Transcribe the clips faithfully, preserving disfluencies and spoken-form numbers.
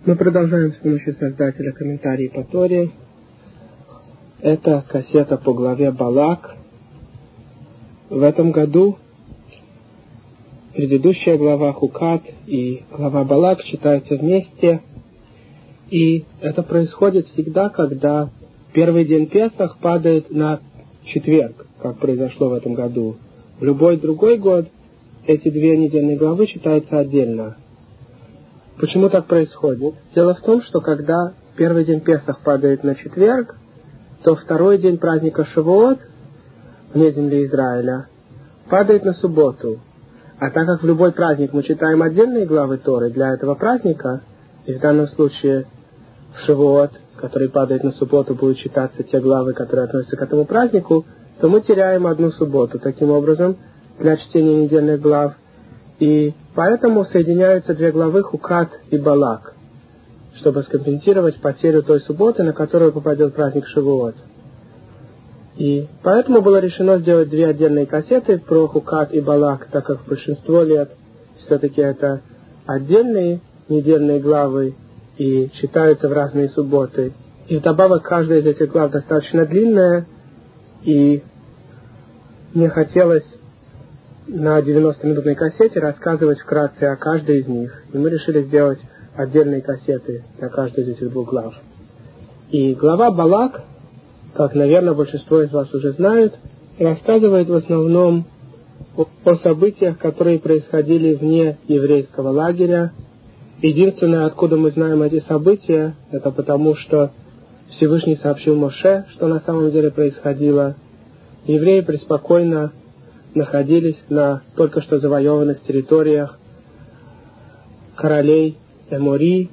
Мы продолжаем с помощью создателя комментарии по Торе. Это кассета по главе Балак. В этом году предыдущая глава Хукат и глава Балак читаются вместе. И это происходит всегда, когда первый день Песах падает на четверг, как произошло в этом году. В любой другой год эти две недельные главы читаются отдельно. Почему так происходит? Дело в том, что когда первый день Песах падает на четверг, то второй день праздника Шавуот, вне земли Израиля, падает на субботу. А так как в любой праздник мы читаем отдельные главы Торы для этого праздника, и в данном случае в Шавуот, который падает на субботу, будут читаться те главы, которые относятся к этому празднику, то мы теряем одну субботу. Таким образом, для чтения недельных глав. И поэтому соединяются две главы Хукат и Балак, чтобы скомпенсировать потерю той субботы, на которую попадет праздник Шавуот. И поэтому было решено сделать две отдельные кассеты про Хукат и Балак, так как большинство лет все-таки это отдельные недельные главы и читаются в разные субботы. И вдобавок каждая из этих глав достаточно длинная, и мне хотелось на девяностоминутной кассете рассказывать вкратце о каждой из них. И мы решили сделать отдельные кассеты для каждой из этих двух глав. И глава Балак, как, наверное, большинство из вас уже знают, рассказывает в основном о, о событиях, которые происходили вне еврейского лагеря. Единственное, откуда мы знаем эти события, это потому, что Всевышний сообщил Моше, что на самом деле происходило. Евреи преспокойно находились на только что завоеванных территориях королей Эмори,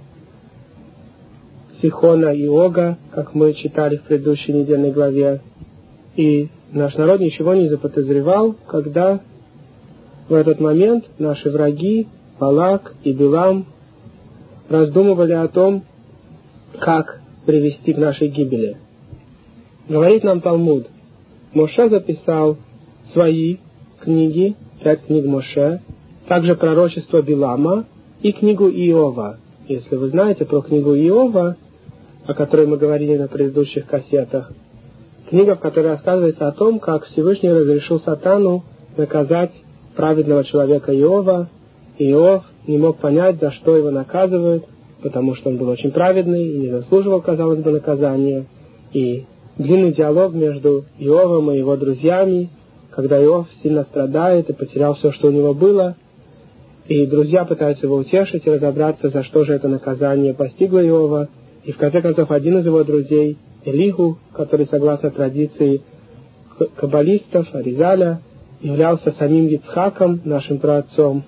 Сихона и Ога, как мы читали в предыдущей недельной главе. И наш народ ничего не заподозревал, когда в этот момент наши враги, Балак и Билам, раздумывали о том, как привести к нашей гибели. Говорит нам Талмуд, Моше записал свои книги, пять книг Моше, также пророчество Билама и книгу Иова. Если вы знаете про книгу Иова, о которой мы говорили на предыдущих кассетах, книга, в которой рассказывается о том, как Всевышний разрешил Сатану наказать праведного человека Иова. Иов не мог понять, за что его наказывают, потому что он был очень праведный и не заслуживал, казалось бы, наказания. И длинный диалог между Иовом и его друзьями, когда Иов сильно страдает и потерял все, что у него было, и друзья пытаются его утешить и разобраться, за что же это наказание постигло Иова. И в конце концов один из его друзей, Элиху, который, согласно традиции каббалистов, Аризаля, являлся самим Ицхаком, нашим праотцом.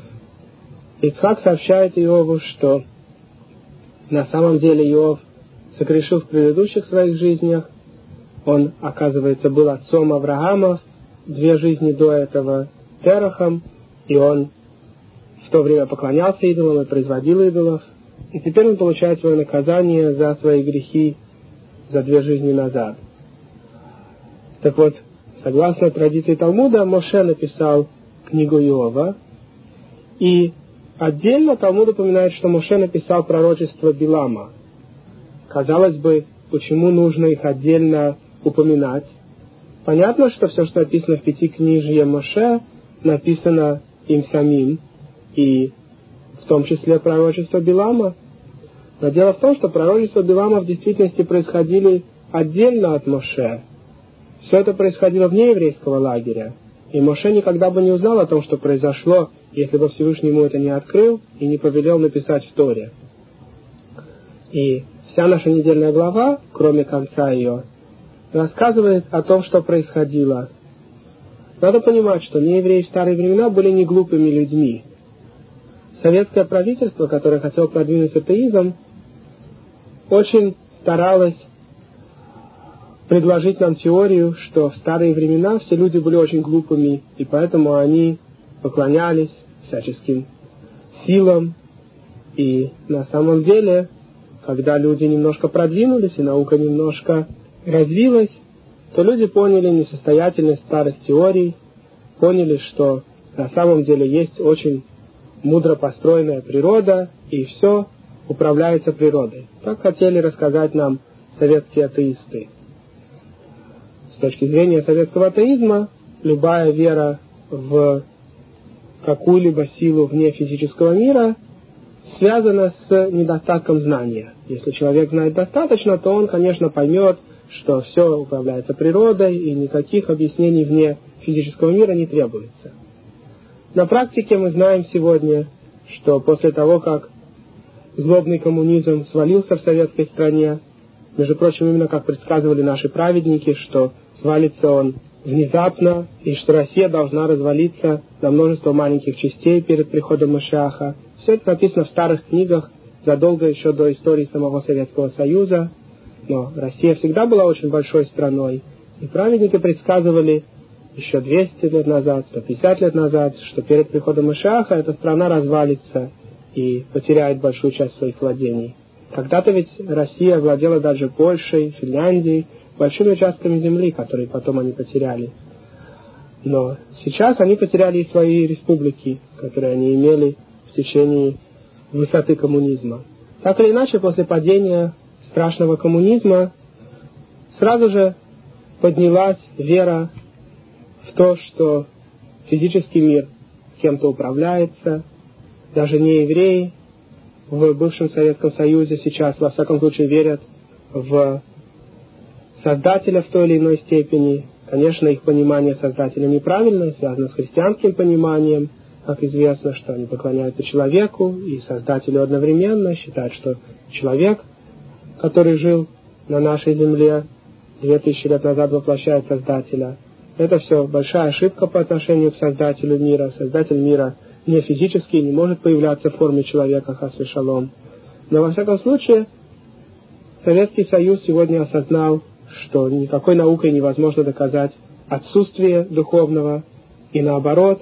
Ицхак сообщает Иову, что на самом деле Иов согрешил в предыдущих своих жизнях. Он, оказывается, был отцом Авраама две жизни до этого Терахом, и он в то время поклонялся идолам и производил идолов. И теперь он получает свое наказание за свои грехи за две жизни назад. Так вот, согласно традиции Талмуда, Моше написал книгу Иова, и отдельно Талмуд упоминает, что Моше написал пророчество Билама. Казалось бы, почему нужно их отдельно упоминать? Понятно, что все, что написано в Пятикнижье Моше, написано им самим, и в том числе пророчество Билама. Но дело в том, что пророчества Билама в действительности происходили отдельно от Моше. Все это происходило вне еврейского лагеря. И Моше никогда бы не узнал о том, что произошло, если бы Всевышний ему это не открыл и не повелел написать в Торе. И вся наша недельная глава, кроме конца ее, рассказывает о том, что происходило. Надо понимать, что неевреи в старые времена были не глупыми людьми. Советское правительство, которое хотело продвинуть атеизм, очень старалось предложить нам теорию, что в старые времена все люди были очень глупыми, и поэтому они поклонялись всяческим силам. И на самом деле, когда люди немножко продвинулись и наука немножко развилась, то люди поняли несостоятельность старых теорий, поняли, что на самом деле есть очень мудро построенная природа, и все управляется природой. Так хотели рассказать нам советские атеисты. С точки зрения советского атеизма, любая вера в какую-либо силу вне физического мира связана с недостатком знания. Если человек знает достаточно, то он, конечно, поймет, что все управляется природой и никаких объяснений вне физического мира не требуется. На практике мы знаем сегодня, что после того, как злобный коммунизм свалился в советской стране, между прочим, именно как предсказывали наши праведники, что свалится он внезапно, и что Россия должна развалиться на множество маленьких частей перед приходом Машиаха. Все это написано в старых книгах задолго еще до истории самого Советского Союза. Но Россия всегда была очень большой страной, и праведники предсказывали еще двести лет назад, сто пятьдесят лет назад, что перед приходом Машиаха эта страна развалится и потеряет большую часть своих владений. Когда-то ведь Россия владела даже Польшей, Финляндией, большими участками земли, которые потом они потеряли. Но сейчас они потеряли и свои республики, которые они имели в течение высоты коммунизма. Так или иначе, после падения страшного коммунизма сразу же поднялась вера в то, что физический мир кем-то управляется. Даже не евреи в бывшем Советском Союзе сейчас, во всяком случае, верят в Создателя в той или иной степени. Конечно, их понимание Создателя неправильное, связано с христианским пониманием. Как известно, что они поклоняются человеку и Создателю одновременно, считают, что человек, который жил на нашей земле две тысячи лет назад, воплощает Создателя. Это все большая ошибка по отношению к Создателю мира. Создатель мира не физический, не может появляться в форме человека, хас вешалом. Но во всяком случае, Советский Союз сегодня осознал, что никакой наукой невозможно доказать отсутствие духовного, и наоборот,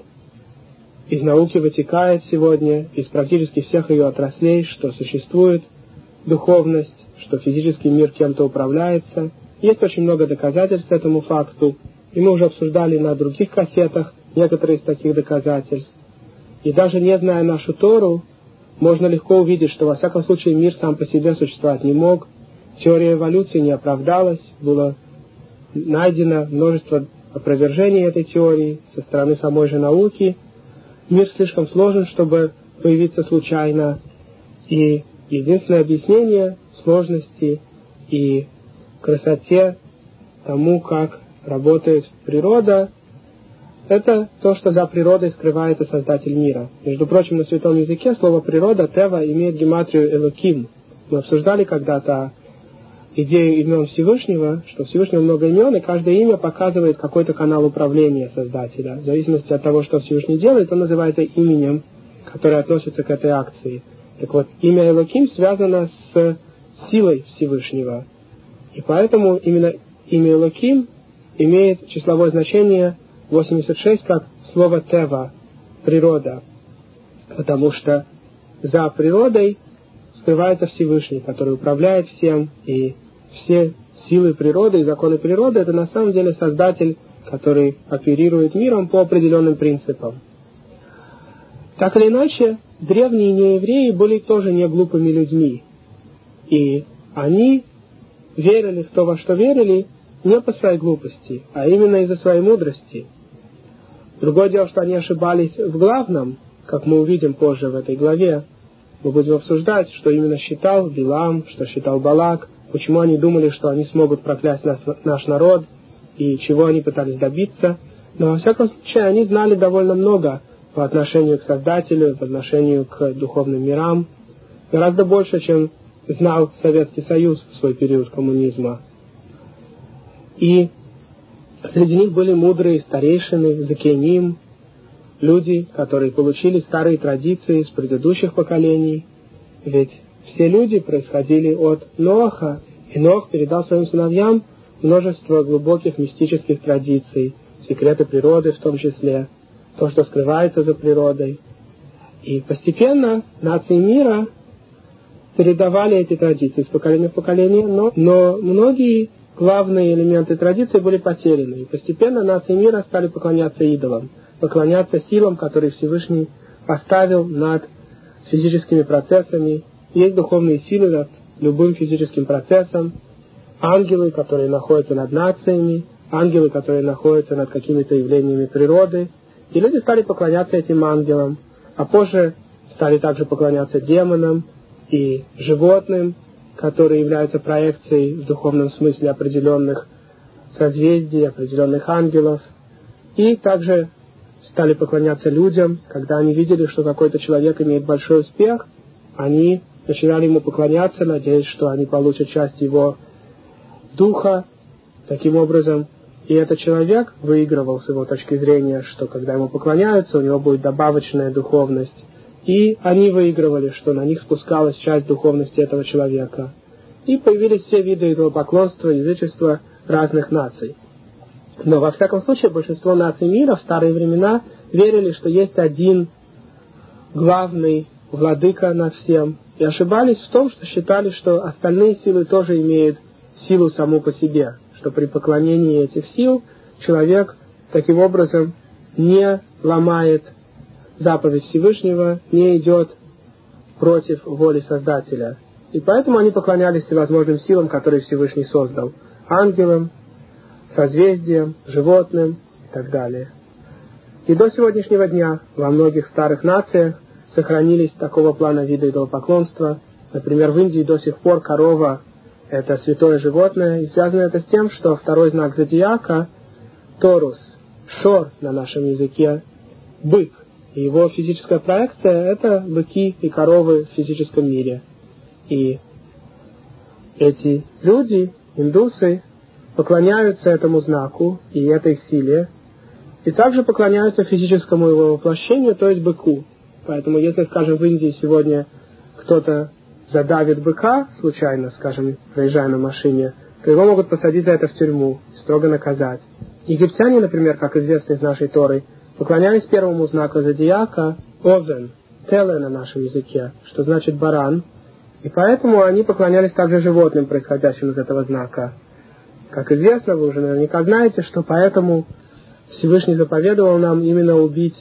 из науки вытекает сегодня, из практически всех ее отраслей, что существует духовность, что физический мир кем-то управляется. Есть очень много доказательств этому факту, и мы уже обсуждали на других кассетах некоторые из таких доказательств. И даже не зная нашу Тору, можно легко увидеть, что во всяком случае мир сам по себе существовать не мог, теория эволюции не оправдалась, было найдено множество опровержений этой теории со стороны самой же науки. Мир слишком сложен, чтобы появиться случайно, и единственное объяснение сложности и красоте тому, как работает природа, это то, что за природой скрывается Создатель мира. Между прочим, на святом языке слово «природа», «тева» имеет гематрию «элоким». Мы обсуждали когда-то идею имен Всевышнего, что у Всевышнего много имен, и каждое имя показывает какой-то канал управления Создателя. В зависимости от того, что Всевышний делает, он называется именем, которое относится к этой акции. Так вот, имя Элоким связано с силой Всевышнего. И поэтому именно имя Элоким имеет числовое значение восемьдесят шесть, как слово «тева» — природа. Потому что за природой скрывается Всевышний, который управляет всем, и все силы природы и законы природы — это на самом деле Создатель, который оперирует миром по определенным принципам. Так или иначе, древние неевреи были тоже не глупыми людьми, и они верили в то, во что верили, не по своей глупости, а именно из-за своей мудрости. Другое дело, что они ошибались в главном, как мы увидим позже в этой главе. Мы будем обсуждать, что именно считал Билам, что считал Балак, почему они думали, что они смогут проклясть нас, наш народ, и чего они пытались добиться. Но, во всяком случае, они знали довольно много по отношению к Создателю, по отношению к духовным мирам, гораздо больше, чем знал Советский Союз в свой период коммунизма. И среди них были мудрые старейшины, закеним, люди, которые получили старые традиции с предыдущих поколений. Ведь все люди происходили от Ноаха, и Ноах передал своим сыновьям множество глубоких мистических традиций, секреты природы в том числе, то, что скрывается за природой. И постепенно нации мира передавали эти традиции с поколения в поколение, но, но многие главные элементы традиции были потеряны, и постепенно нации мира стали поклоняться идолам, поклоняться силам, которые Всевышний поставил над физическими процессами есть духовные силы над любым физическим процессом, ангелы, которые находятся над нациями, ангелы, которые находятся над какими-то явлениями природы. И люди стали поклоняться этим ангелам, а позже стали также поклоняться демонам и животным, которые являются проекцией в духовном смысле определенных созвездий, определенных ангелов. И также стали поклоняться людям, когда они видели, что какой-то человек имеет большой успех, они начинали ему поклоняться, надеясь, что они получат часть его духа. Таким образом, и этот человек выигрывал с его точки зрения, что когда ему поклоняются, у него будет добавочная духовность. И они выигрывали, что на них спускалась часть духовности этого человека. И появились все виды идолопоклонства, язычества разных наций. Но, во всяком случае, большинство наций мира в старые времена верили, что есть один главный владыка над всем. И ошибались в том, что считали, что остальные силы тоже имеют силу саму по себе. Что при поклонении этих сил человек таким образом не ломает заповедь Всевышнего, не идет против воли Создателя. И поэтому они поклонялись всевозможным силам, которые Всевышний создал. Ангелам, созвездиям, животным и так далее. И до сегодняшнего дня во многих старых нациях сохранились такого плана виды идолопоклонства. Например, в Индии до сих пор корова – это святое животное, и связано это с тем, что второй знак зодиака – Торус, Шор на нашем языке, бык. И его физическая проекция – это быки и коровы в физическом мире. И эти люди, индусы, поклоняются этому знаку и этой силе, и также поклоняются физическому его воплощению, то есть быку. Поэтому, если, скажем, в Индии сегодня кто-то задавит быка, случайно, скажем, проезжая на машине, то его могут посадить за это в тюрьму, строго наказать. Египтяне, например, как известно из нашей Торы, поклонялись первому знаку зодиака Овен, Теле на нашем языке, что значит баран, и поэтому они поклонялись также животным, происходящим из этого знака. Как известно, вы уже наверняка знаете, что поэтому Всевышний заповедовал нам именно убить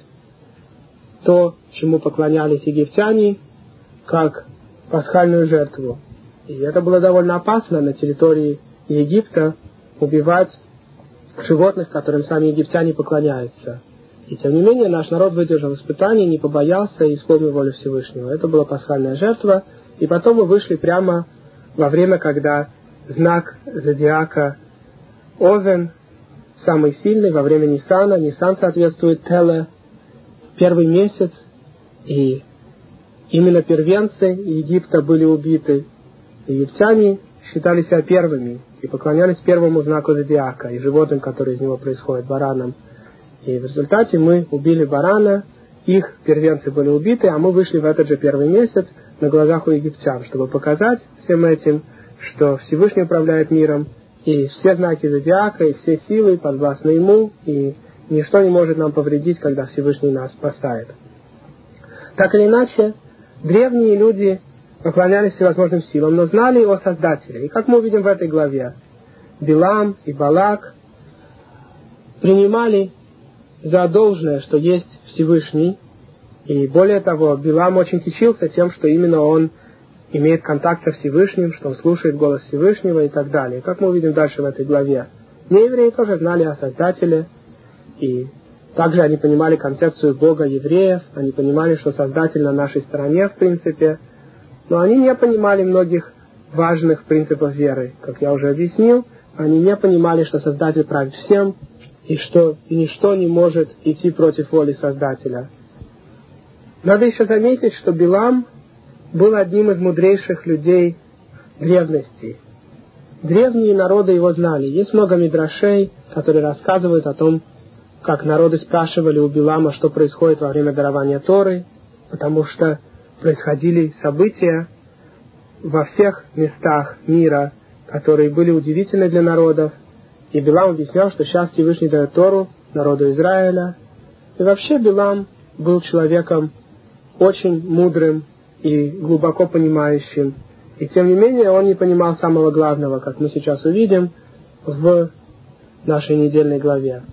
то, чему поклонялись египтяне, как пасхальную жертву. И это было довольно опасно на территории Египта убивать животных, которым сами египтяне поклоняются. И тем не менее наш народ выдержал испытание, не побоялся и исполнил волю Всевышнего. Это была пасхальная жертва. И потом мы вышли прямо во время, когда знак зодиака Овен самый сильный, во время Ниссана. Ниссан соответствует Теле, первый месяц. И именно первенцы Египта были убиты. Египтяне считали себя первыми и поклонялись первому знаку зодиака и животным, которые из него происходят, баранам. И в результате мы убили барана, их первенцы были убиты, а мы вышли в этот же первый месяц на глазах у египтян, чтобы показать всем этим, что Всевышний управляет миром, и все знаки зодиака, и все силы подвластны ему, и ничто не может нам повредить, когда Всевышний нас спасает. Так или иначе, древние люди поклонялись всевозможным силам, но знали о Создателе. И как мы увидим в этой главе, Билам и Балак принимали за должное, что есть Всевышний, и более того, Билам очень кичился тем, что именно он имеет контакт со Всевышним, что он слушает голос Всевышнего и так далее. Как мы увидим дальше в этой главе, неевреи тоже знали о Создателе, и также они понимали концепцию Бога евреев, они понимали, что Создатель на нашей стороне в принципе, но они не понимали многих важных принципов веры. Как я уже объяснил, они не понимали, что Создатель правит всем, и что ничто не может идти против воли Создателя. Надо еще заметить, что Билам был одним из мудрейших людей древности. Древние народы его знали. Есть много мидрашей, которые рассказывают о том, как народы спрашивали у Билама, что происходит во время дарования Торы, потому что происходили события во всех местах мира, которые были удивительны для народов. И Билам объяснял, что сейчас Всевышний дает Тору народу Израиля. И вообще Билам был человеком очень мудрым и глубоко понимающим. И тем не менее он не понимал самого главного, как мы сейчас увидим в нашей недельной главе.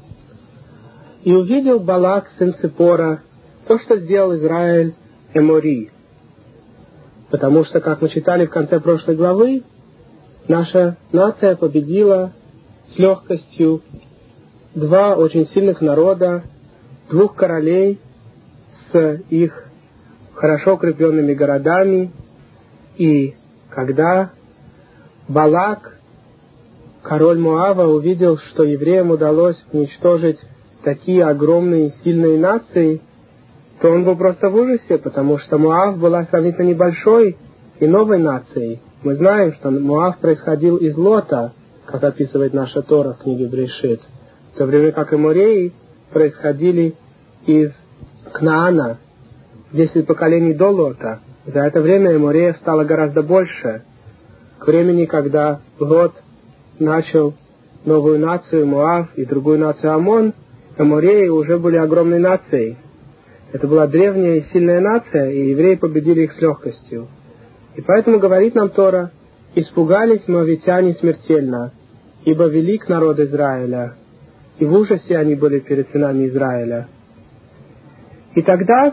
И увидел Балак, сын Ципора, то, что сделал Израиль Эмори. Потому что, как мы читали в конце прошлой главы, наша нация победила с легкостью два очень сильных народа, двух королей с их хорошо укрепленными городами. И когда Балак, король Моава, увидел, что евреям удалось уничтожить такие огромные и сильные нации, то он был просто в ужасе, потому что Моав была сравнительно небольшой и новой нацией. Мы знаем, что Моав происходил из Лота, как описывает наша Тора в книге Брешит, в то время как Эмореи происходили из Кнаана, десять поколений до Лота. За это время Эмореев стало гораздо больше. К времени, когда Лот начал новую нацию Моав и другую нацию Амон, Эмореи уже были огромной нацией. Это была древняя и сильная нация, и евреи победили их с легкостью. И поэтому говорит нам Тора: «Испугались моавитяне смертельно, ибо велик народ Израиля, и в ужасе они были перед сынами Израиля». И тогда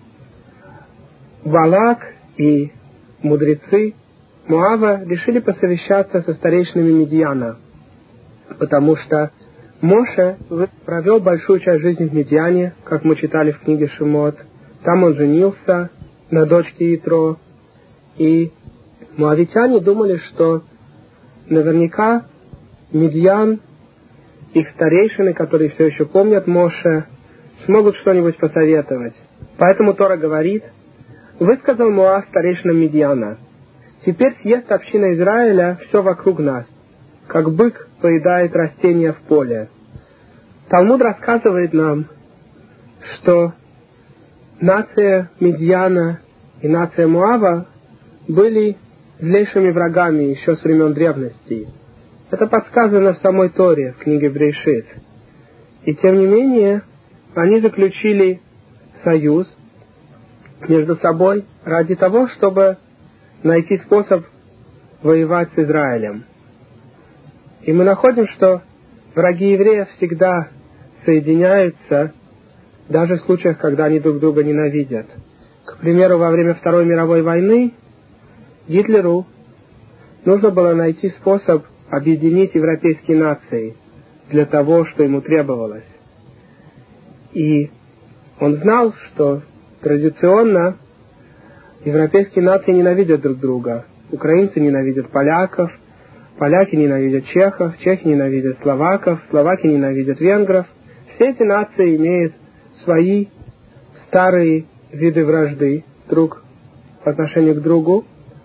Балак и мудрецы Моава решили посовещаться со старейшинами Мидьяна, потому что Моше провел большую часть жизни в Мидьяне, как мы читали в книге Шемот. Там он женился на дочке Итро, и моавитяне думали, что наверняка Мидьян, их старейшины, которые все еще помнят Моше, смогут что-нибудь посоветовать. Поэтому Тора говорит: «Высказал Моав старейшинам Мидьяна: теперь съест община Израиля все вокруг нас, как бык поедает растения в поле». Талмуд рассказывает нам, что нация Мидьяна и нация Моава были злейшими врагами еще с времен древности. Это подсказано в самой Торе, в книге Брешит. И тем не менее, они заключили союз между собой ради того, чтобы найти способ воевать с Израилем. И мы находим, что враги евреев всегда соединяются, даже в случаях, когда они друг друга ненавидят. К примеру, во время Второй мировой войны Гитлеру нужно было найти способ объединить европейские нации для того, что ему требовалось. И он знал, что традиционно европейские нации ненавидят друг друга. Украинцы ненавидят поляков, поляки ненавидят чехов, чехи ненавидят словаков, словаки ненавидят венгров. Все эти нации имеют свои старые виды вражды друг по отношению к другу.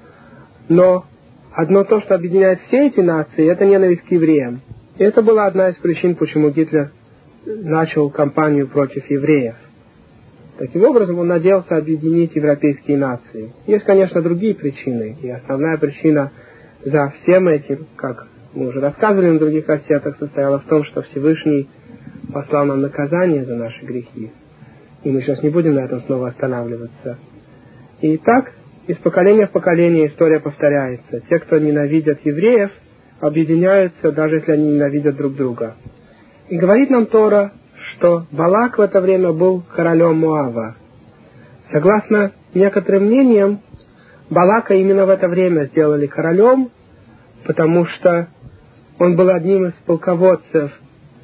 Но одно то, что объединяет все эти нации, это ненависть к евреям. И это была одна из причин, почему Гитлер начал кампанию против евреев. Таким образом, он надеялся объединить европейские нации. Есть, конечно, другие причины. И основная причина за всем этим, как мы уже рассказывали на других кассетах, состояла в том, что Всевышний послал нам наказание за наши грехи. И мы сейчас не будем на этом снова останавливаться. И так, из поколения в поколение история повторяется. Те, кто ненавидят евреев, объединяются, даже если они ненавидят друг друга. И говорит нам Тора, что Балак в это время был королем Моава. Согласно некоторым мнениям, Балака именно в это время сделали королем, потому что он был одним из полководцев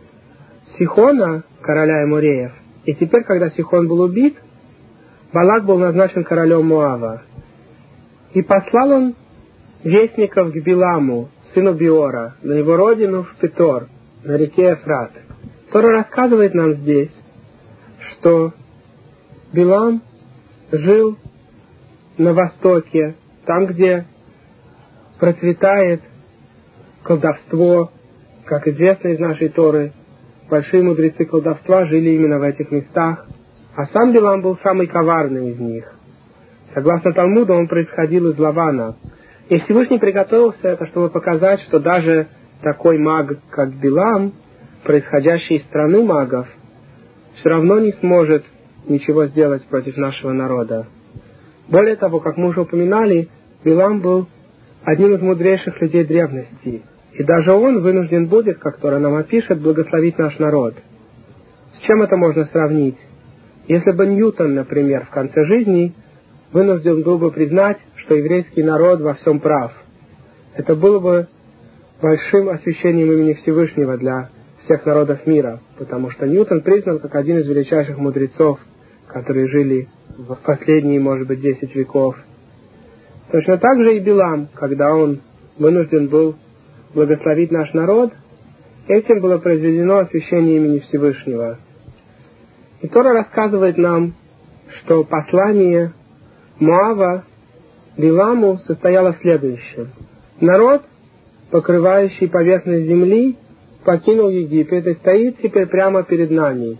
Сихона, короля Эмореев. И теперь, когда Сихон был убит, Балак был назначен королем Моава. И послал он вестников к Биламу, сыну Биора, на его родину в Петор, на реке Эфрат. Тора рассказывает нам здесь, что Билам жил на востоке, там, где процветает колдовство. Как известно из нашей Торы, большие мудрецы колдовства жили именно в этих местах, а сам Билам был самый коварный из них. Согласно Талмуду, он происходил из Лавана. И Всевышний приготовился это, чтобы показать, что даже такой маг, как Билам, происходящий из страны магов, все равно не сможет ничего сделать против нашего народа. Более того, как мы уже упоминали, Билам был одним из мудрейших людей древности. И даже он вынужден будет, как Тора нам опишет, благословить наш народ. С чем это можно сравнить? Если бы Ньютон, например, в конце жизни вынужден был бы признать, что еврейский народ во всем прав. Это было бы большим освящением имени Всевышнего для всех народов мира, потому что Ньютон признан как один из величайших мудрецов, которые жили в последние, может быть, десять веков. Точно так же и Билам, когда он вынужден был благословить наш народ, этим было произведено освящение имени Всевышнего. И Тора рассказывает нам, что послание Моава Биламу состояло в следующем. Народ, покрывающий поверхность земли, покинул Египет и стоит теперь прямо перед нами.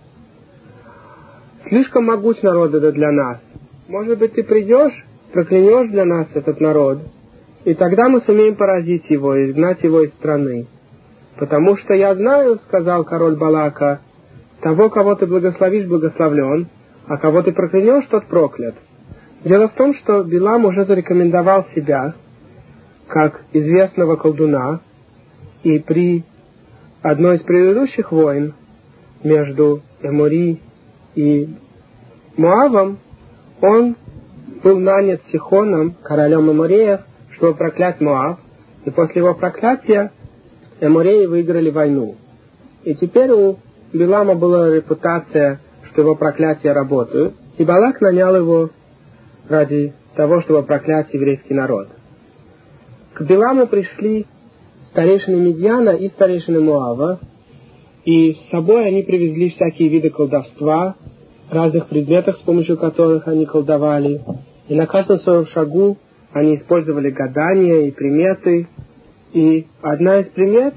Слишком могуч народ это для нас. Может быть, ты придешь, проклянешь для нас этот народ, и тогда мы сумеем поразить его и изгнать его из страны. Потому что я знаю, сказал король Балака, того, кого ты благословишь, благословлен, а кого ты проклянешь, тот проклят. Дело в том, что Билам уже зарекомендовал себя как известного колдуна, и при одной из предыдущих войн между Эмори и Моавом он был нанят Сихоном, королем Эмореев, чтобы проклять Моав, и после его проклятия Эмореи выиграли войну. И теперь у Билама была репутация, что его проклятия работают, и Балак нанял его ради того, чтобы проклять еврейский народ. К Биламу пришли старейшины Мидьяна и старейшины Моава, и с собой они привезли всякие виды колдовства, разных предметов, с помощью которых они колдовали, и на каждом своем шагу они использовали гадания и приметы, и одна из примет,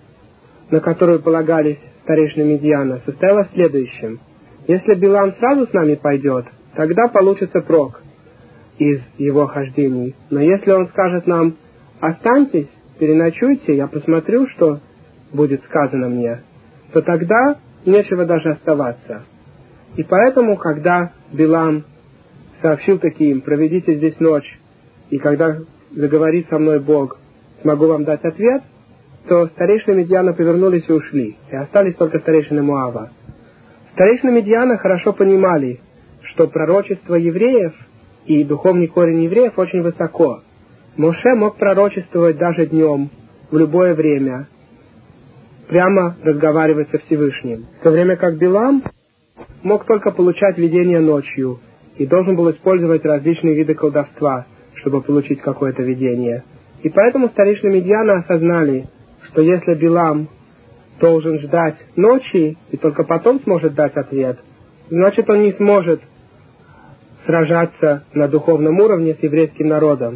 на которую полагались старейшины Мидьяна, состояла в следующем. Если Билам сразу с нами пойдет, тогда получится прок из его хождений. Но если он скажет нам: останьтесь, переночуйте, я посмотрю, что будет сказано мне, то тогда нечего даже оставаться. И поэтому, когда Билам сообщил таким: проведите здесь ночь, и когда заговорит со мной Бог, смогу вам дать ответ, то старейшины Мидьяна повернулись и ушли, и остались только старейшины Моава. Старейшины Мидьяна хорошо понимали, что пророчество евреев и духовный корень евреев очень высоко. Моше мог пророчествовать даже днем, в любое время, прямо разговаривать со Всевышним, в то время как Билам мог только получать видение ночью и должен был использовать различные виды колдовства, чтобы получить какое-то видение. И поэтому старейшины Мидьяна осознали, что если Билам должен ждать ночи и только потом сможет дать ответ, значит он не сможет сражаться на духовном уровне с еврейским народом.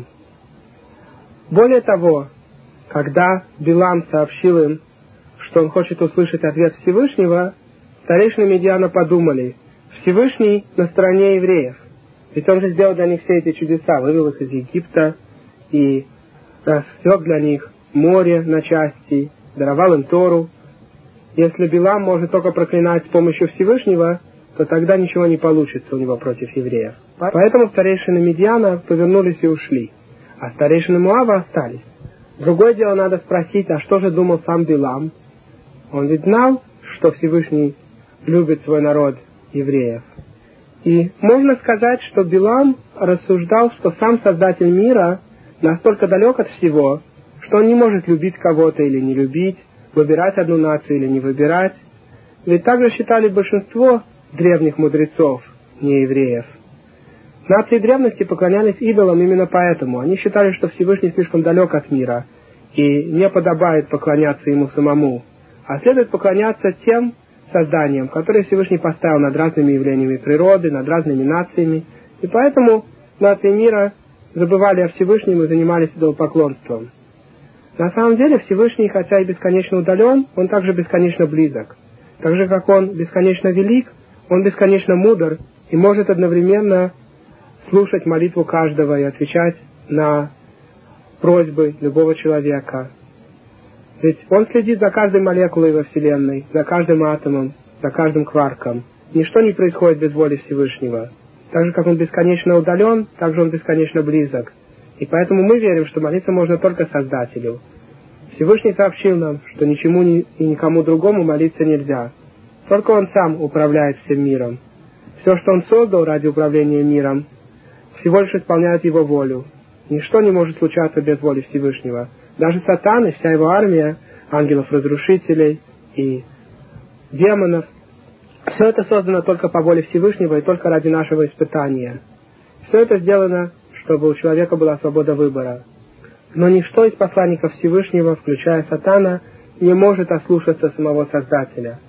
Более того, когда Билам сообщил им, что он хочет услышать ответ Всевышнего, старейшины Мидьяна подумали: Всевышний на стороне евреев, ведь он же сделал для них все эти чудеса, вывел их из Египта и рассек для них море на части, даровал им Тору. Если Билам может только проклинать с помощью Всевышнего, то тогда ничего не получится у него против евреев. Поэтому старейшины Мидьяна повернулись и ушли, а старейшины Моава остались. Другое дело, надо спросить, а что же думал сам Билам? Он ведь знал, что Всевышний любит свой народ евреев. И можно сказать, что Билам рассуждал, что сам Создатель мира настолько далек от всего, что он не может любить кого-то или не любить, выбирать одну нацию или не выбирать. Ведь также считали большинство древних мудрецов, не евреев. Нации древности поклонялись идолам именно поэтому. Они считали, что Всевышний слишком далек от мира и не подобает поклоняться ему самому, а следует поклоняться тем созданиям, которые Всевышний поставил над разными явлениями природы, над разными нациями. И поэтому нации мира забывали о Всевышнем и занимались идолопоклонством. На самом деле Всевышний, хотя и бесконечно удален, он также бесконечно близок. Так же, как он бесконечно велик, он бесконечно мудр и может одновременно слушать молитву каждого и отвечать на просьбы любого человека. Ведь он следит за каждой молекулой во Вселенной, за каждым атомом, за каждым кварком. Ничто не происходит без воли Всевышнего. Так же, как он бесконечно удален, так же он бесконечно близок. И поэтому мы верим, что молиться можно только Создателю. Всевышний сообщил нам, что ничему и никому другому молиться нельзя. Только он сам управляет всем миром. Все, что он создал ради управления миром, всего лишь исполняет его волю. Ничто не может случаться без воли Всевышнего. Даже Сатан и вся его армия, ангелов-разрушителей и демонов, все это создано только по воле Всевышнего и только ради нашего испытания. Все это сделано, чтобы у человека была свобода выбора. Но ничто из посланников Всевышнего, включая Сатана, не может ослушаться самого Создателя.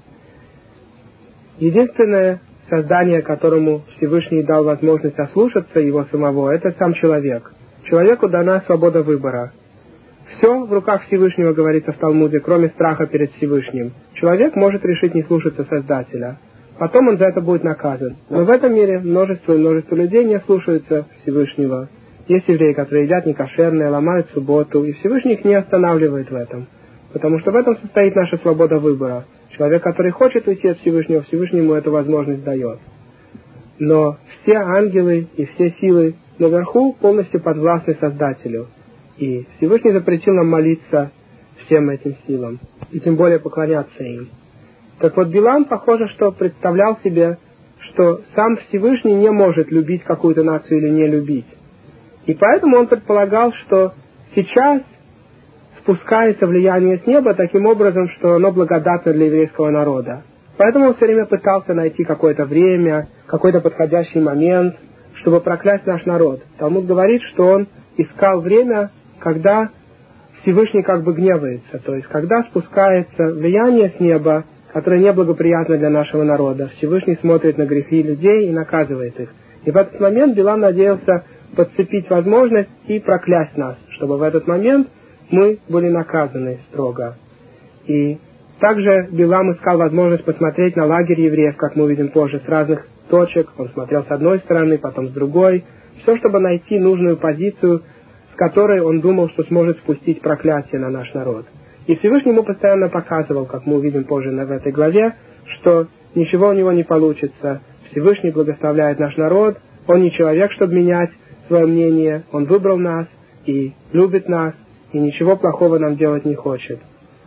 Единственное создание, которому Всевышний дал возможность ослушаться его самого, это сам человек. Человеку дана свобода выбора. Все в руках Всевышнего, говорится в Талмуде, кроме страха перед Всевышним. Человек может решить не слушаться Создателя. Потом он за это будет наказан. Но в этом мире множество и множество людей не слушаются Всевышнего. Есть евреи, которые едят некошерное, ломают субботу, и Всевышний их не останавливает в этом. Потому что в этом состоит наша свобода выбора. Человек, который хочет уйти от Всевышнего, Всевышний ему эту возможность дает. Но все ангелы и все силы наверху полностью подвластны Создателю. И Всевышний запретил нам молиться всем этим силам, и тем более поклоняться им. Так вот, Билам, похоже, что представлял себе, что сам Всевышний не может любить какую-то нацию или не любить. И поэтому он предполагал, что сейчас спускается влияние с неба таким образом, что оно благодатно для еврейского народа. Поэтому он все время пытался найти какое-то время, какой-то подходящий момент, чтобы проклясть наш народ. Талмуд говорит, что он искал время, когда Всевышний как бы гневается, то есть когда спускается влияние с неба, которое неблагоприятно для нашего народа. Всевышний смотрит на грехи людей и наказывает их. И в этот момент Билам надеялся подцепить возможность и проклясть нас, чтобы в этот момент мы были наказаны строго. И также Билам искал возможность посмотреть на лагерь евреев, как мы увидим позже, с разных точек. Он смотрел с одной стороны, потом с другой. Все, чтобы найти нужную позицию, с которой он думал, что сможет спустить проклятие на наш народ. И Всевышний ему постоянно показывал, как мы увидим позже в этой главе, что ничего у него не получится. Всевышний благословляет наш народ. Он не человек, чтобы менять свое мнение. Он выбрал нас и любит нас, и ничего плохого нам делать не хочет.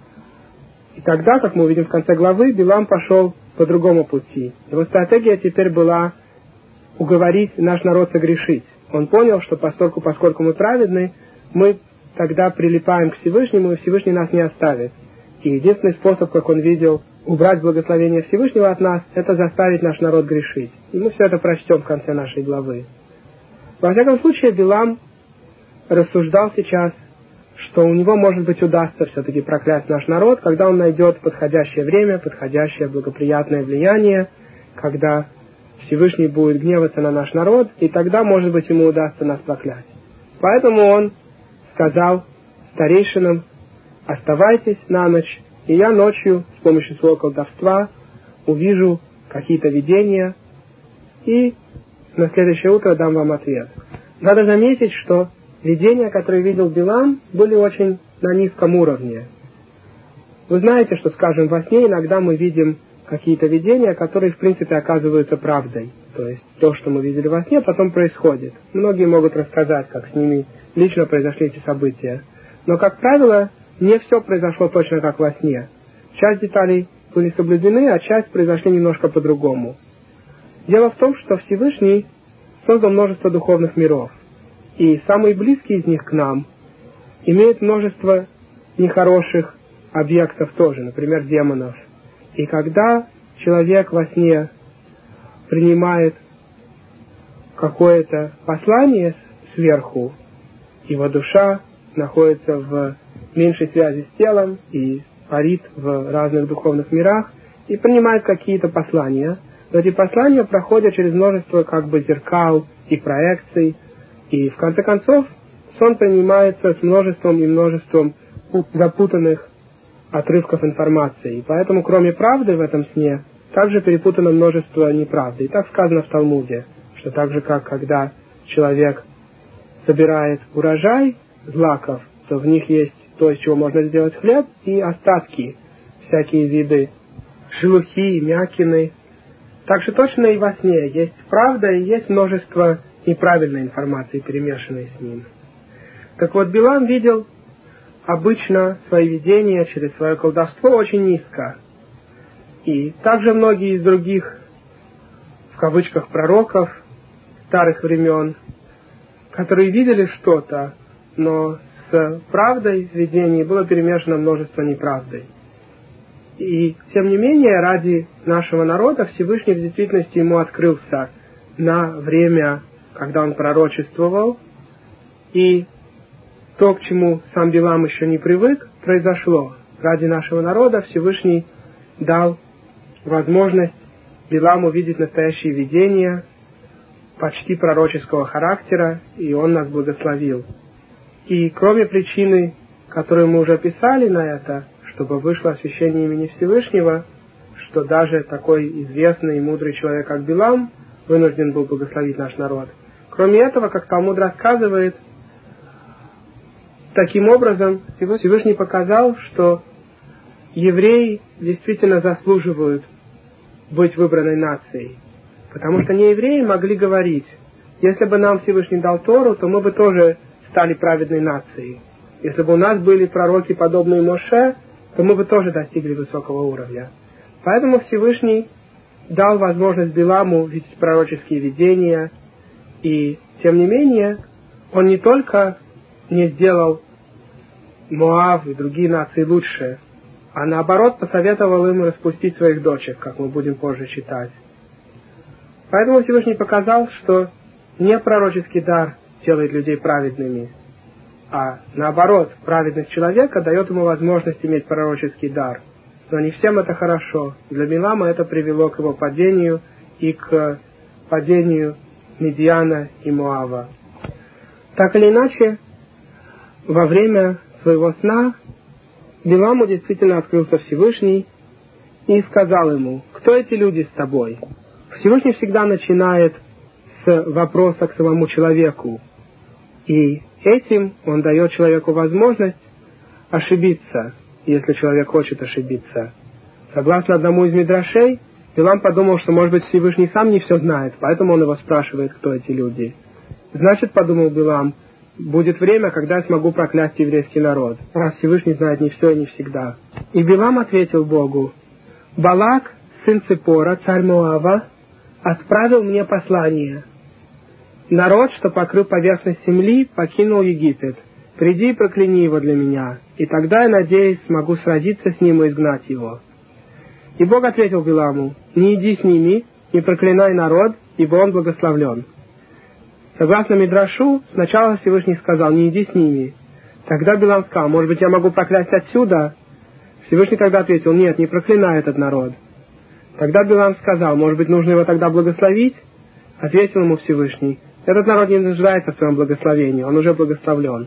И тогда, как мы увидим в конце главы, Билам пошел по другому пути. Его стратегия теперь была уговорить наш народ согрешить. Он понял, что поскольку, поскольку мы праведны, мы тогда прилипаем к Всевышнему, и Всевышний нас не оставит. И единственный способ, как он видел, убрать благословение Всевышнего от нас, это заставить наш народ грешить. И мы все это прочтем в конце нашей главы. Во всяком случае, Билам рассуждал сейчас, что у него, может быть, удастся все-таки проклясть наш народ, когда он найдет подходящее время, подходящее благоприятное влияние, когда Всевышний будет гневаться на наш народ, и тогда, может быть, ему удастся нас проклясть. Поэтому он сказал старейшинам: оставайтесь на ночь, и я ночью с помощью своего колдовства увижу какие-то видения, и на следующее утро дам вам ответ. Надо заметить, что видения, которые видел Билам, были очень на низком уровне. Вы знаете, что, скажем, во сне иногда мы видим какие-то видения, которые, в принципе, оказываются правдой. То есть то, что мы видели во сне, потом происходит. Многие могут рассказать, как с ними лично произошли эти события. Но, как правило, не все произошло точно как во сне. Часть деталей были соблюдены, а часть произошли немножко по-другому. Дело в том, что Всевышний создал множество духовных миров. И самые близкие из них к нам имеют множество нехороших объектов тоже, например, демонов. И когда человек во сне принимает какое-то послание сверху, его душа находится в меньшей связи с телом и парит в разных духовных мирах и принимает какие-то послания. Но эти послания проходят через множество как бы зеркал и проекций, и в конце концов сон принимается с множеством и множеством запутанных отрывков информации. И поэтому, кроме правды в этом сне, также перепутано множество неправды. И так сказано в Талмуде, что так же, как когда человек собирает урожай злаков, то в них есть то, из чего можно сделать хлеб, и остатки, всякие виды шелухи, мякины. Так что точно и во сне есть правда и есть множество неправильной информации, перемешанной с ним. Так вот, Билам видел обычно свои видения через свое колдовство очень низко. И также многие из других, в кавычках, пророков старых времен которые видели что-то, но с правдой в видении было перемешано множество неправды. И, тем не менее, ради нашего народа Всевышний в действительности ему открылся на время, когда он пророчествовал, и то, к чему сам Билам еще не привык, произошло. Ради нашего народа Всевышний дал возможность Биламу видеть настоящие видения почти пророческого характера, и он нас благословил. И кроме причины, которую мы уже описали на это, чтобы вышло освящение имени Всевышнего, что даже такой известный и мудрый человек, как Билам, вынужден был благословить наш народ. Кроме этого, как Талмуд рассказывает, таким образом Всевышний показал, что евреи действительно заслуживают быть выбранной нацией. Потому что неевреи могли говорить: если бы нам Всевышний дал Тору, то мы бы тоже стали праведной нацией. Если бы у нас были пророки, подобные Моше, то мы бы тоже достигли высокого уровня. Поэтому Всевышний дал возможность Биламу видеть пророческие видения, и, тем не менее, он не только не сделал Моав и другие нации лучше, а наоборот посоветовал им распустить своих дочек, как мы будем позже читать. Поэтому Всевышний показал, что не пророческий дар делает людей праведными, а наоборот, праведность человека дает ему возможность иметь пророческий дар. Но не всем это хорошо. Для Билама это привело к его падению и к падению Медиана и Моава. Так или иначе, во время своего сна Биламу действительно открылся Всевышний и сказал ему: «Кто эти люди с тобой?» Всевышний всегда начинает с вопроса к самому человеку, и этим он дает человеку возможность ошибиться, если человек хочет ошибиться. Согласно одному из мидрашей, Билам подумал, что, может быть, Всевышний сам не все знает, поэтому он его спрашивает, кто эти люди. Значит, подумал Билам, будет время, когда я смогу проклясть еврейский народ, раз Всевышний знает не все и не всегда. И Билам ответил Богу: «Балак, сын Ципора, царь Моава, отправил мне послание. Народ, что покрыл поверхность земли, покинул Египет. Приди и прокляни его для меня, и тогда, я надеюсь, смогу сразиться с ним и изгнать его». И Бог ответил Биламу: «Не иди с ними, не проклинай народ, ибо он благословлен». Согласно Мидрашу, сначала Всевышний сказал: «Не иди с ними». Тогда Билам сказал: «Может быть, я могу проклясть отсюда?» Всевышний тогда ответил: «Нет, не проклинай этот народ». Тогда Билам сказал: «Может быть, нужно его тогда благословить?» Ответил ему Всевышний: «Этот народ не нуждается в твоем благословении, он уже благословлен».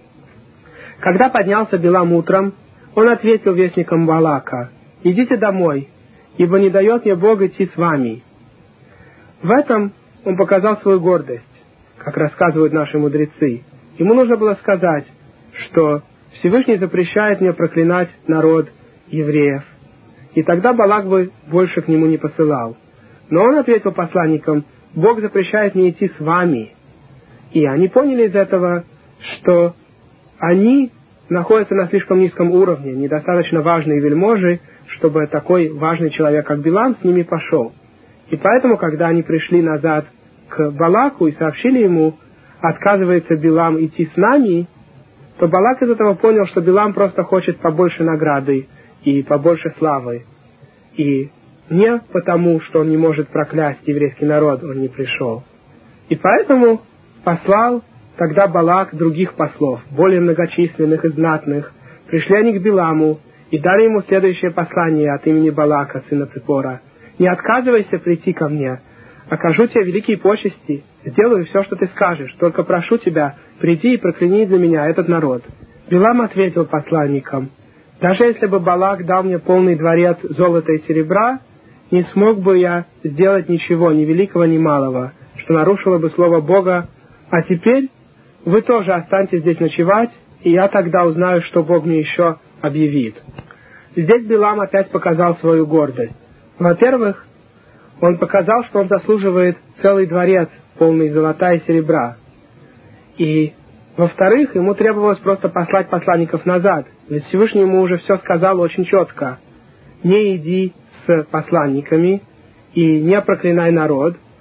Когда поднялся Билам утром, он ответил вестникам Балака: «Идите домой, ибо не дает мне Бог идти с вами». В этом он показал свою гордость, как рассказывают наши мудрецы. Ему нужно было сказать, что Всевышний запрещает мне проклинать народ евреев, и тогда Балак бы больше к нему не посылал. Но он ответил посланникам: «Бог запрещает мне идти с вами». И они поняли из этого, что они находятся на слишком низком уровне, недостаточно важные вельможи, чтобы такой важный человек, как Билам, с ними пошел. И поэтому, когда они пришли назад к Балаку и сообщили ему: «Отказывается Билам идти с нами», то Балак из этого понял, что Билам просто хочет побольше награды и побольше славы. И не потому, что он не может проклясть еврейский народ, он не пришел. И поэтому послал тогда Балак других послов, более многочисленных и знатных. Пришли они к Биламу и дали ему следующее послание от имени Балака, сына Ципора: «Не отказывайся прийти ко мне, окажу тебе великие почести, сделаю все, что ты скажешь, только прошу тебя, приди и прокляни для меня этот народ». Билам ответил посланникам: «Даже если бы Балак дал мне полный дворец золота и серебра, не смог бы я сделать ничего, ни великого, ни малого, что нарушило бы слово Бога. А теперь вы тоже останьтесь здесь ночевать, и я тогда узнаю, что Бог мне еще объявит». Здесь Билам опять показал свою гордость. Во-первых, он показал, что он заслуживает целый дворец, полный золота и серебра. И, во-вторых, ему требовалось просто послать посланников назад, ведь Всевышний ему уже все сказал очень четко: «Не иди с посланниками и не проклинай народ,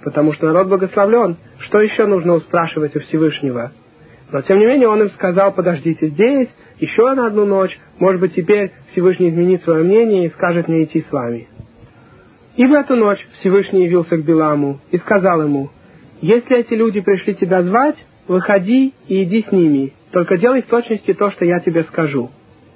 потому что народ благословлен. Что еще нужно спрашивать у Всевышнего? Но, тем не менее, он им сказал: подождите здесь еще на одну ночь, может быть, теперь Всевышний изменит свое мнение и скажет мне идти с вами. И в эту ночь Всевышний явился к Биламу и сказал ему: если эти люди пришли тебя звать, выходи и иди с ними, только делай в точности то, что я тебе скажу.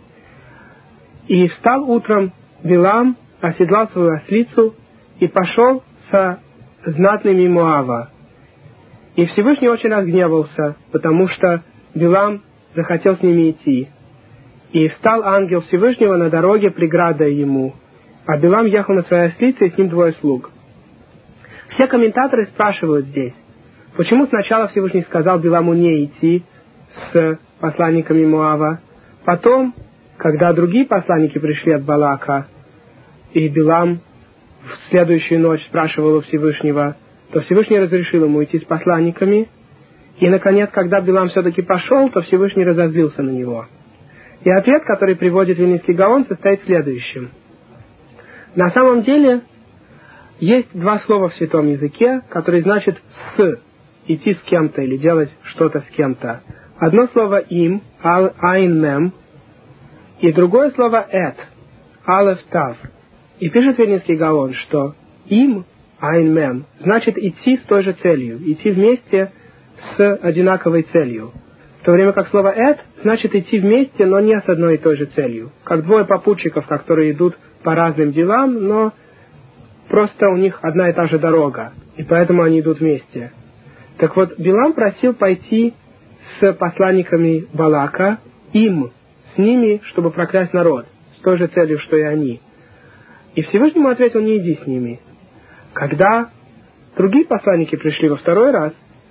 И встал утром Билам, оседлал свою ослицу и пошел со знатными Моава. И Всевышний очень разгневался, потому что Билам захотел с ними идти. И встал ангел Всевышнего на дороге, преградой ему, а Билам ехал на своей ослице, и с ним двое слуг. Все комментаторы спрашивают здесь, почему сначала Всевышний сказал Биламу не идти с посланниками Моава, потом, когда другие посланники пришли от Балака, и Билам в следующую ночь спрашивал у Всевышнего, то Всевышний разрешил ему идти с посланниками, и, наконец, когда Билам все-таки пошел, то Всевышний разозлился на него. И ответ, который приводит Вильнинский Гаон, состоит в следующем. На самом деле, есть два слова в святом языке, которые значат «с», идти с кем-то или делать что-то с кем-то. Одно слово «им», «айн мем», и другое слово «эт», «алеф тав». И пишет Вильнинский Гаон, что «им», «айн мем» значит идти с той же целью, идти вместе с одинаковой целью. В то время как слово «эт» значит идти вместе, но не с одной и той же целью. Как двое попутчиков, которые идут по разным делам, но просто у них одна и та же дорога, и поэтому они идут вместе. Так вот, Билам просил пойти с посланниками Балака, им, с ними, чтобы проклясть народ, с той же целью, что и они. И Всевышнему ответил: не иди с ними. Когда другие посланники пришли во второй раз,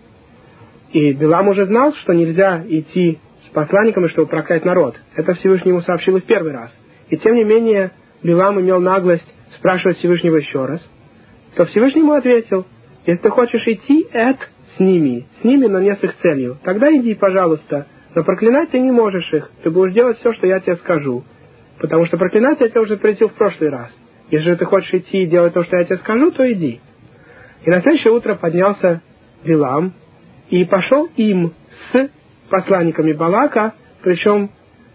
и Билам уже знал, что нельзя идти с посланниками, чтобы проклясть народ. Это Всевышний ему сообщил и в первый раз. И тем не менее, Билам имел наглость спрашивать Всевышнего еще раз. То Всевышний ему ответил: если ты хочешь идти, это с ними, с ними, но не с их целью, тогда иди, пожалуйста, но проклинать ты не можешь их, ты будешь делать все, что я тебе скажу. Потому что проклинать я тебе уже запретил в прошлый раз. Если же ты хочешь идти и делать то, что я тебе скажу, то иди. И на следующее утро поднялся Билам и пошел им с посланниками Балака, причем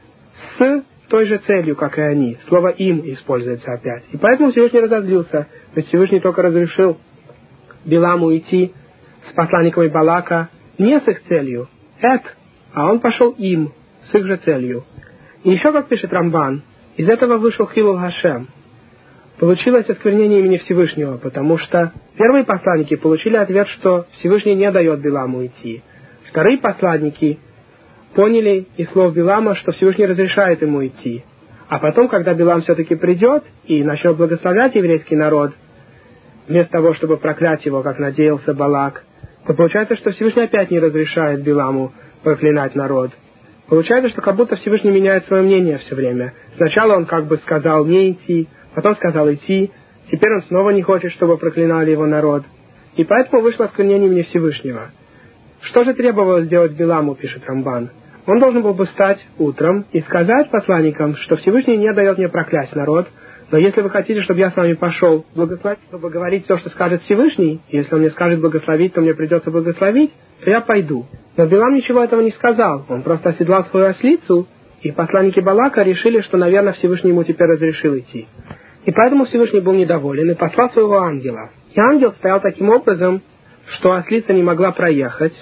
с той же целью, как и они. Слово «им» используется опять. И поэтому Всевышний разозлился. То есть Всевышний только разрешил Биламу идти с посланниками Балака не с их целью, это, а он пошел им, с их же целью. И еще, как пишет Рамбан, из этого вышел Хилул Хашем. Получилось осквернение имени Всевышнего, потому что первые посланники получили ответ, что Всевышний не дает Биламу идти. Вторые посланники поняли из слов Билама, что Всевышний разрешает ему идти. А потом, когда Билам все-таки придет и начнет благословлять еврейский народ, вместо того, чтобы проклять его, как надеялся Балак, то получается, что Всевышний опять не разрешает Биламу проклинать народ. Получается, что как будто Всевышний меняет свое мнение все время. Сначала он как бы сказал не идти, потом сказал идти, теперь он снова не хочет, чтобы проклинали его народ. И поэтому вышло осквернение имени Всевышнего. Что же требовалось сделать Биламу, пишет Рамбан? Он должен был бы встать утром и сказать посланникам, что Всевышний не дает мне проклясть народ, но если вы хотите, чтобы я с вами пошел благословить, чтобы говорить все, что скажет Всевышний, и если он мне скажет благословить, то мне придется благословить, то я пойду. Но Билам ничего этого не сказал, он просто оседлал свою ослицу, и посланники Балака решили, что, наверное, Всевышний ему теперь разрешил идти. И поэтому Всевышний был недоволен и послал своего ангела. И ангел стоял таким образом, что ослица не могла проехать,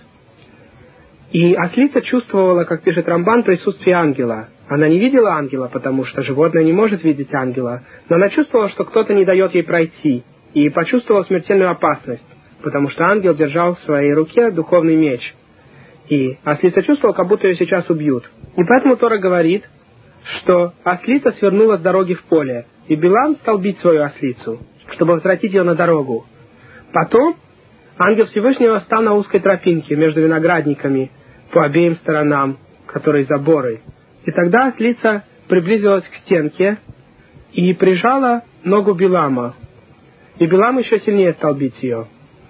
и ослица чувствовала, как пишет Рамбан, присутствие ангела. Она не видела ангела, потому что животное не может видеть ангела, но она чувствовала, что кто-то не дает ей пройти, и почувствовала смертельную опасность, потому что ангел держал в своей руке духовный меч. И ослица чувствовала, как будто ее сейчас убьют. И поэтому Тора говорит, что ослица свернула с дороги в поле, и Билам стал бить свою ослицу, чтобы возвратить ее на дорогу. Потом ангел Всевышнего стал на узкой тропинке между виноградниками по обеим сторонам, которые заборы. И тогда ослица приблизилась к стенке и прижала ногу Билама. И Билам еще сильнее стал бить ее.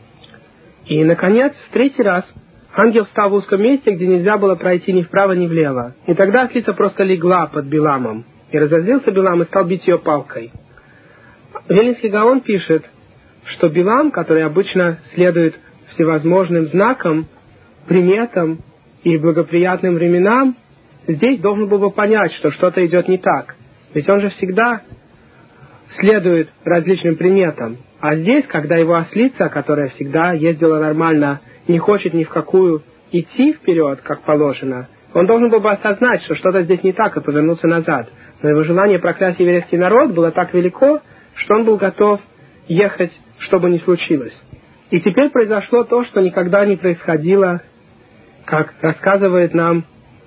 И, наконец, в третий раз ангел встал в узком месте, где нельзя было пройти ни вправо, ни влево. И тогда ослица просто легла под Биламом. И разозлился Билам и стал бить ее палкой. Вильнинский Гаон пишет, что Билам, который обычно следует всевозможным знакам, приметам и благоприятным временам, здесь должен был бы понять, что что-то идет не так. Ведь он же всегда следует различным приметам. А здесь, когда его ослица, которая всегда ездила нормально, не хочет ни в какую идти вперед, как положено, он должен был бы осознать, что что-то здесь не так, и повернуться назад. Но его желание проклясть еврейский народ было так велико, что он был готов ехать, что бы ни случилось. И теперь произошло то, что никогда не происходило, как рассказывает нам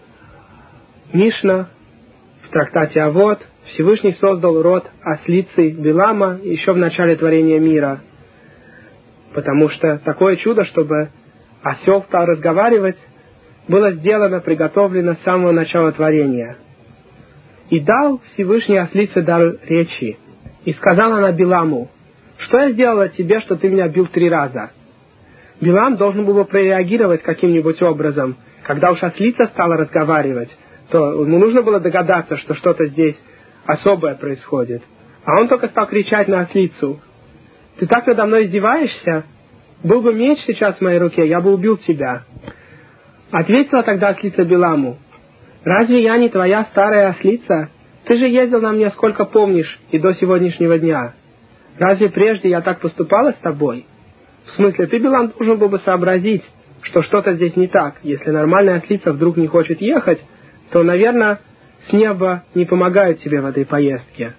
Мишна в трактате Авот. Всевышний создал род ослицы Билама еще в начале творения мира. Потому что такое чудо, чтобы осел стал разговаривать, было сделано, приготовлено с самого начала творения. И дал Всевышний ослице дар речи. И сказала она Биламу: что я сделала тебе, что ты меня бил три раза? Билам должен был бы прореагировать каким-нибудь образом. Когда уж ослица стала разговаривать, то ему нужно было догадаться, что что-то здесь особое происходит. А он только стал кричать на ослицу: ты так надо мной издеваешься? Был бы меч сейчас в моей руке, я бы убил тебя. Ответила тогда ослица Биламу: разве я не твоя старая ослица? Ты же ездил на мне сколько помнишь и до сегодняшнего дня. Разве прежде я так поступала с тобой? В смысле, ты, Билам, должен был бы сообразить, что что-то здесь не так. Если нормальная ослица вдруг не хочет ехать, то, наверное, с неба не помогают тебе в этой поездке.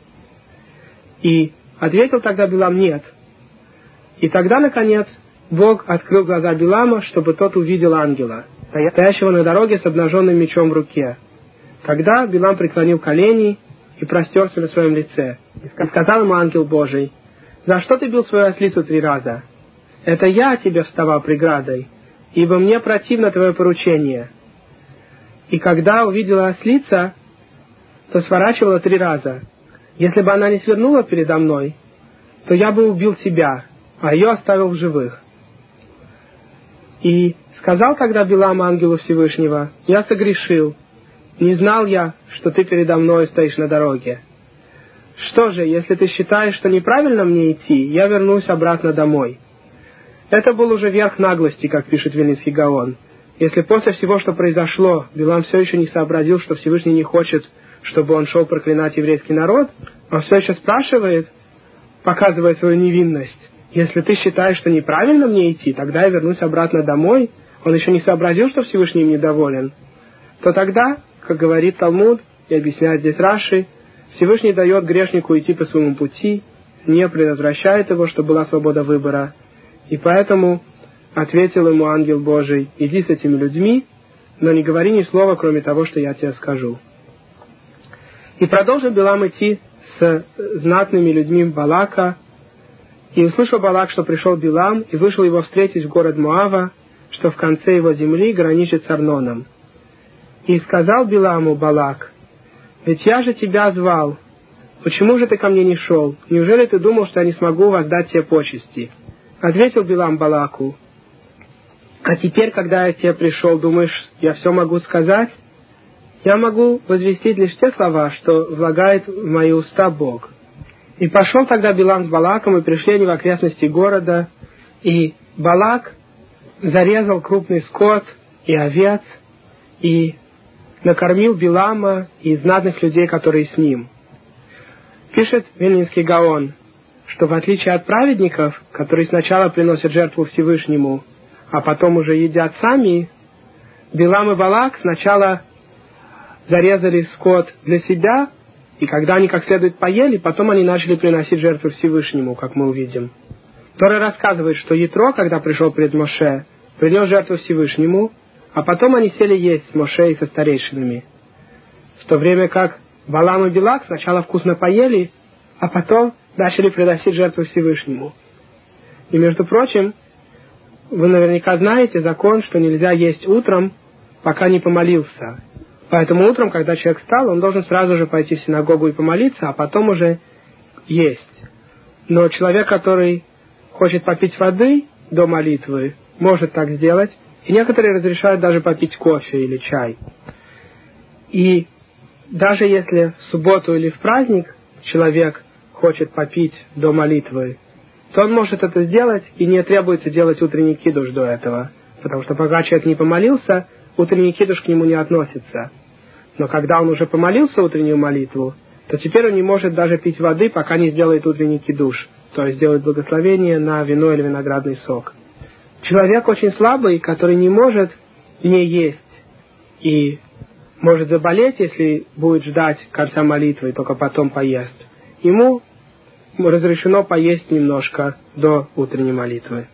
И ответил тогда Билам: нет. И тогда, наконец, Бог открыл глаза Билама, чтобы тот увидел ангела, стоящего на дороге с обнаженным мечом в руке. Тогда Билам преклонил колени и простерся на своем лице. И сказал ему ангел Божий: за что ты бил свою ослицу три раза? Это я тебе вставал преградой, ибо мне противно твое поручение. И когда увидела ослица, то сворачивала три раза. Если бы она не свернула передо мной, то я бы убил тебя, а ее оставил в живых. И сказал тогда Билам ангелу Всевышнего: я согрешил, не знал я, что ты передо мной стоишь на дороге. Что же, если ты считаешь, что неправильно мне идти, я вернусь обратно домой. Это был уже верх наглости, как пишет Вильнинский Гаон. Если после всего, что произошло, Билам все еще не сообразил, что Всевышний не хочет, чтобы он шел проклинать еврейский народ, он все еще спрашивает, показывая свою невинность: если ты считаешь, что неправильно мне идти, тогда я вернусь обратно домой. Он еще не сообразил, что Всевышний им недоволен. То тогда, как говорит Талмуд и объясняет здесь Раши, Всевышний дает грешнику идти по своему пути, не предотвращает его, чтобы была свобода выбора. И поэтому ответил ему ангел Божий: иди с этими людьми, но не говори ни слова, кроме того, что я тебе скажу. И продолжил Билам идти с знатными людьми Балака, и услышал Балак, что пришел Билам, и вышел его встретить в город Моава, что в конце его земли граничит с Арноном. И сказал Биламу Балак: ведь я же тебя звал, почему же ты ко мне не шел? Неужели ты думал, что я не смогу воздать тебе почести? Ответил Билам Балаку: а теперь, когда я к тебе пришел, думаешь, я все могу сказать? Я могу возвестить лишь те слова, что влагает в мои уста Бог. И пошел тогда Билам с Балаком, и пришли они в окрестности города, и Балак зарезал крупный скот и овец, и накормил Билама и знатных людей, которые с ним. Пишет Вильнинский Гаон, что в отличие от праведников, которые сначала приносят жертву Всевышнему, а потом уже едят сами, Билам и Балак сначала зарезали скот для себя, и когда они как следует поели, потом они начали приносить жертву Всевышнему, как мы увидим. Тора рассказывает, что Ятро, когда пришел пред Моше, принес жертву Всевышнему, а потом они сели есть с Моше и со старейшинами. В то время как Балам и Билак сначала вкусно поели, а потом начали приносить жертву Всевышнему. И, между прочим, вы наверняка знаете закон, что нельзя есть утром, пока не помолился. Поэтому утром, когда человек встал, он должен сразу же пойти в синагогу и помолиться, а потом уже есть. Но человек, который хочет попить воды до молитвы, может так сделать. И некоторые разрешают даже попить кофе или чай. И даже если в субботу или в праздник человек хочет попить до молитвы то он может это сделать, и не требуется делать утренний кидуш до этого. Потому что пока человек не помолился, утренний кидуш к нему не относится. Но когда он уже помолился утреннюю молитву, то теперь он не может даже пить воды, пока не сделает утренний кидуш, то есть сделает благословение на вино или виноградный сок. Человек очень слабый, который не может не есть и может заболеть, если будет ждать конца молитвы и только потом поест. Ему разрешено поесть немножко до утренней молитвы.